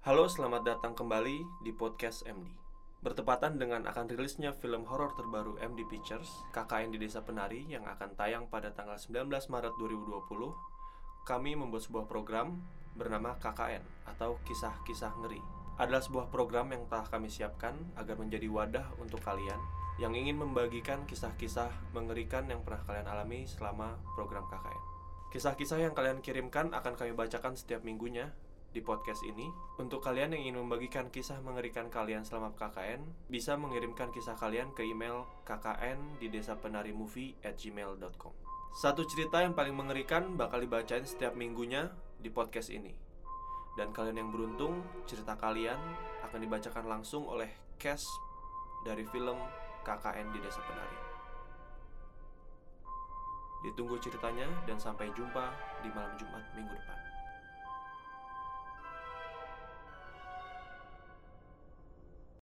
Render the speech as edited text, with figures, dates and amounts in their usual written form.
Halo, selamat datang kembali di podcast MD. Bertepatan dengan akan rilisnya film horor terbaru MD Pictures, KKN di Desa Penari yang akan tayang pada tanggal 19 Maret 2020, kami membuat sebuah program bernama KKN atau Kisah-Kisah Ngeri. Adalah sebuah program yang telah kami siapkan agar menjadi wadah untuk kalian yang ingin membagikan kisah-kisah mengerikan yang pernah kalian alami selama program KKN. Kisah-kisah yang kalian kirimkan akan kami bacakan setiap minggunya di podcast ini. Untuk kalian yang ingin membagikan kisah mengerikan kalian selama KKN, bisa mengirimkan kisah kalian ke email kkn@gmail.com. Satu cerita yang paling mengerikan bakal dibacain setiap minggunya di podcast ini. Dan kalian yang beruntung, cerita kalian akan dibacakan langsung oleh cast dari film KKN di Desa Penari. Ditunggu ceritanya dan sampai jumpa di malam Jumat minggu depan.